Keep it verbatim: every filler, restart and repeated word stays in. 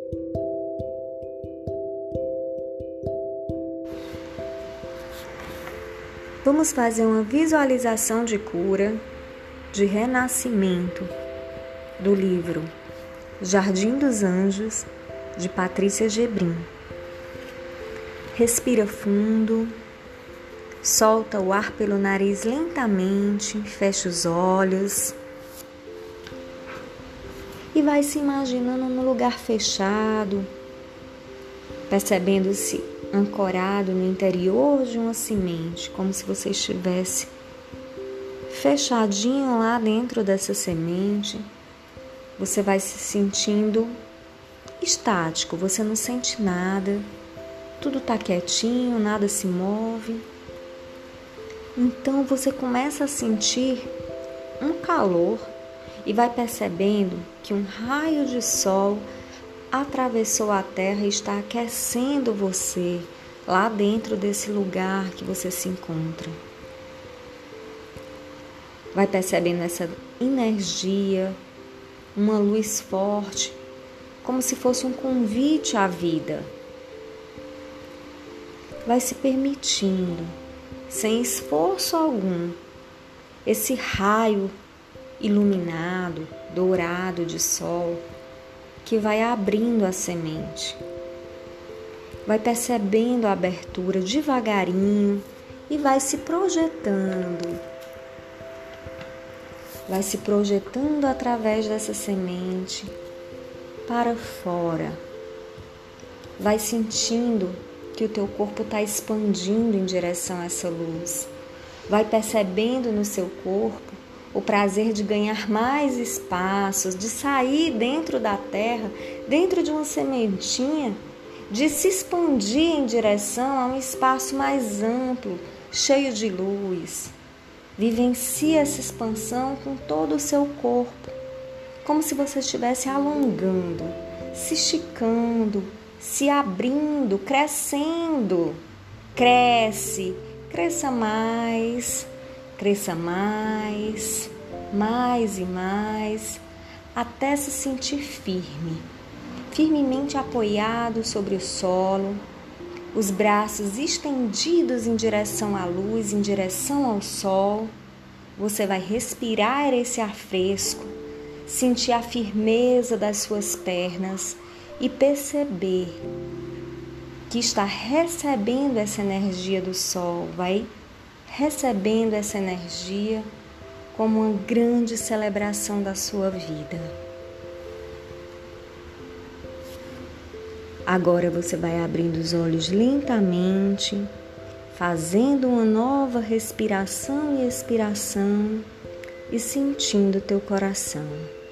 Vamos fazer uma visualização de cura, de renascimento, do livro Jardim dos Anjos, de Patrícia Gebrim. Respira fundo, solta o ar pelo nariz lentamente, fecha os olhos e vai se imaginando num lugar fechado, percebendo-se ancorado no interior de uma semente, como se você estivesse fechadinho lá dentro dessa semente. Você vai se sentindo estático, você não sente nada, tudo está quietinho, nada se move. Então você começa a sentir um calor e vai percebendo que um raio de sol atravessou a terra e está aquecendo você lá dentro desse lugar que você se encontra. Vai percebendo essa energia, uma luz forte, como se fosse um convite à vida. Vai se permitindo, sem esforço algum, esse raio iluminado, dourado de sol, que vai abrindo a semente. Vai percebendo a abertura devagarinho e vai se projetando. Vai se projetando através dessa semente para fora. Vai sentindo que o teu corpo está expandindo em direção a essa luz. Vai percebendo no seu corpo o prazer de ganhar mais espaços, de sair dentro da terra, dentro de uma sementinha, de se expandir em direção a um espaço mais amplo, cheio de luz. Vivencie essa expansão com todo o seu corpo, como se você estivesse alongando, se esticando, se abrindo, crescendo. Cresce, cresça mais. Cresça mais, mais e mais, até se sentir firme, firmemente apoiado sobre o solo, os braços estendidos em direção à luz, em direção ao sol. Você vai respirar esse ar fresco, sentir a firmeza das suas pernas e perceber que está recebendo essa energia do sol, vai recebendo essa energia como uma grande celebração da sua vida. Agora você vai abrindo os olhos lentamente, fazendo uma nova respiração e expiração e sentindo teu coração.